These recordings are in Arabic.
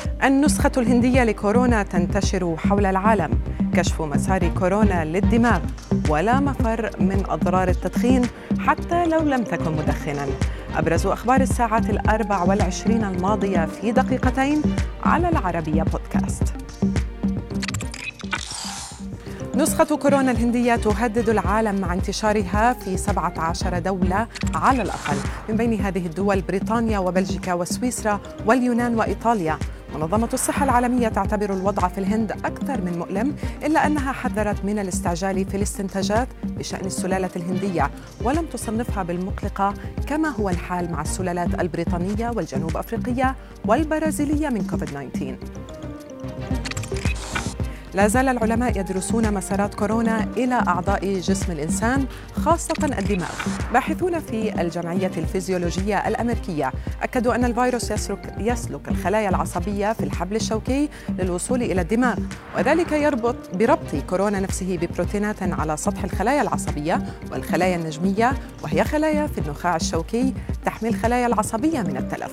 النسخة الهندية لكورونا تنتشر حول العالم، كشف مسار كورونا للدماغ، ولا مفر من أضرار التدخين حتى لو لم تكن مدخناً. أبرز أخبار الساعات 24 الماضية في دقيقتين على العربية بودكاست. نسخة كورونا الهندية تهدد العالم مع انتشارها في 17 دولة على الأقل، من بين هذه الدول بريطانيا وبلجيكا وسويسرا واليونان وإيطاليا. منظمة الصحة العالمية تعتبر الوضع في الهند أكثر من مؤلم، إلا أنها حذرت من الاستعجال في الاستنتاجات بشأن السلالة الهندية، ولم تصنفها بالمقلقة كما هو الحال مع السلالات البريطانية والجنوب أفريقية والبرازيلية من كوفيد-19. لا زال العلماء يدرسون مسارات كورونا إلى أعضاء جسم الإنسان، خاصة الدماغ. باحثون في الجمعية الفيزيولوجية الأمريكية أكدوا أن الفيروس يسلك الخلايا العصبية في الحبل الشوكي للوصول إلى الدماغ، وذلك يربط بربط كورونا نفسه ببروتينات على سطح الخلايا العصبية والخلايا النجمية، وهي خلايا في النخاع الشوكي تحمي الخلايا العصبية من التلف.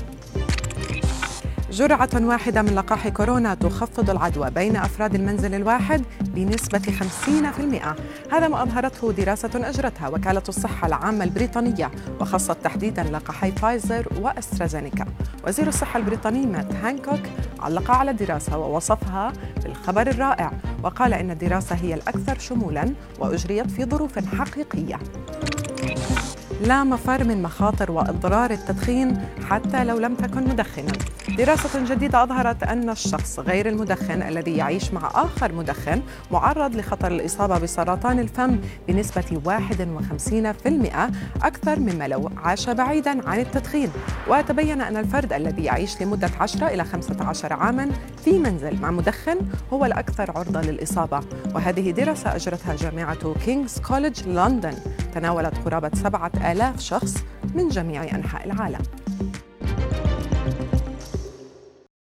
جرعة واحدة من لقاح كورونا تخفض العدوى بين أفراد المنزل الواحد بنسبة 50%. هذا ما أظهرته دراسة أجرتها وكالة الصحة العامة البريطانية، وخصت تحديداً لقاحي فايزر وأسترازينيكا. وزير الصحة البريطاني مات هانكوك علق على الدراسة ووصفها بالخبر الرائع، وقال إن الدراسة هي الأكثر شمولاً وأجريت في ظروف حقيقية. لا مفر من مخاطر وأضرار التدخين حتى لو لم تكن مدخناً. دراسة جديدة أظهرت أن الشخص غير المدخن الذي يعيش مع آخر مدخن معرض لخطر الإصابة بسرطان الفم بنسبة 51% أكثر مما لو عاش بعيداً عن التدخين. وتبين أن الفرد الذي يعيش لمدة 10 إلى 15 عاماً في منزل مع مدخن هو الأكثر عرضة للإصابة. وهذه دراسة أجرتها جامعة كينغز كوليدج لندن، تناولت قرابة 7000 شخص من جميع أنحاء العالم.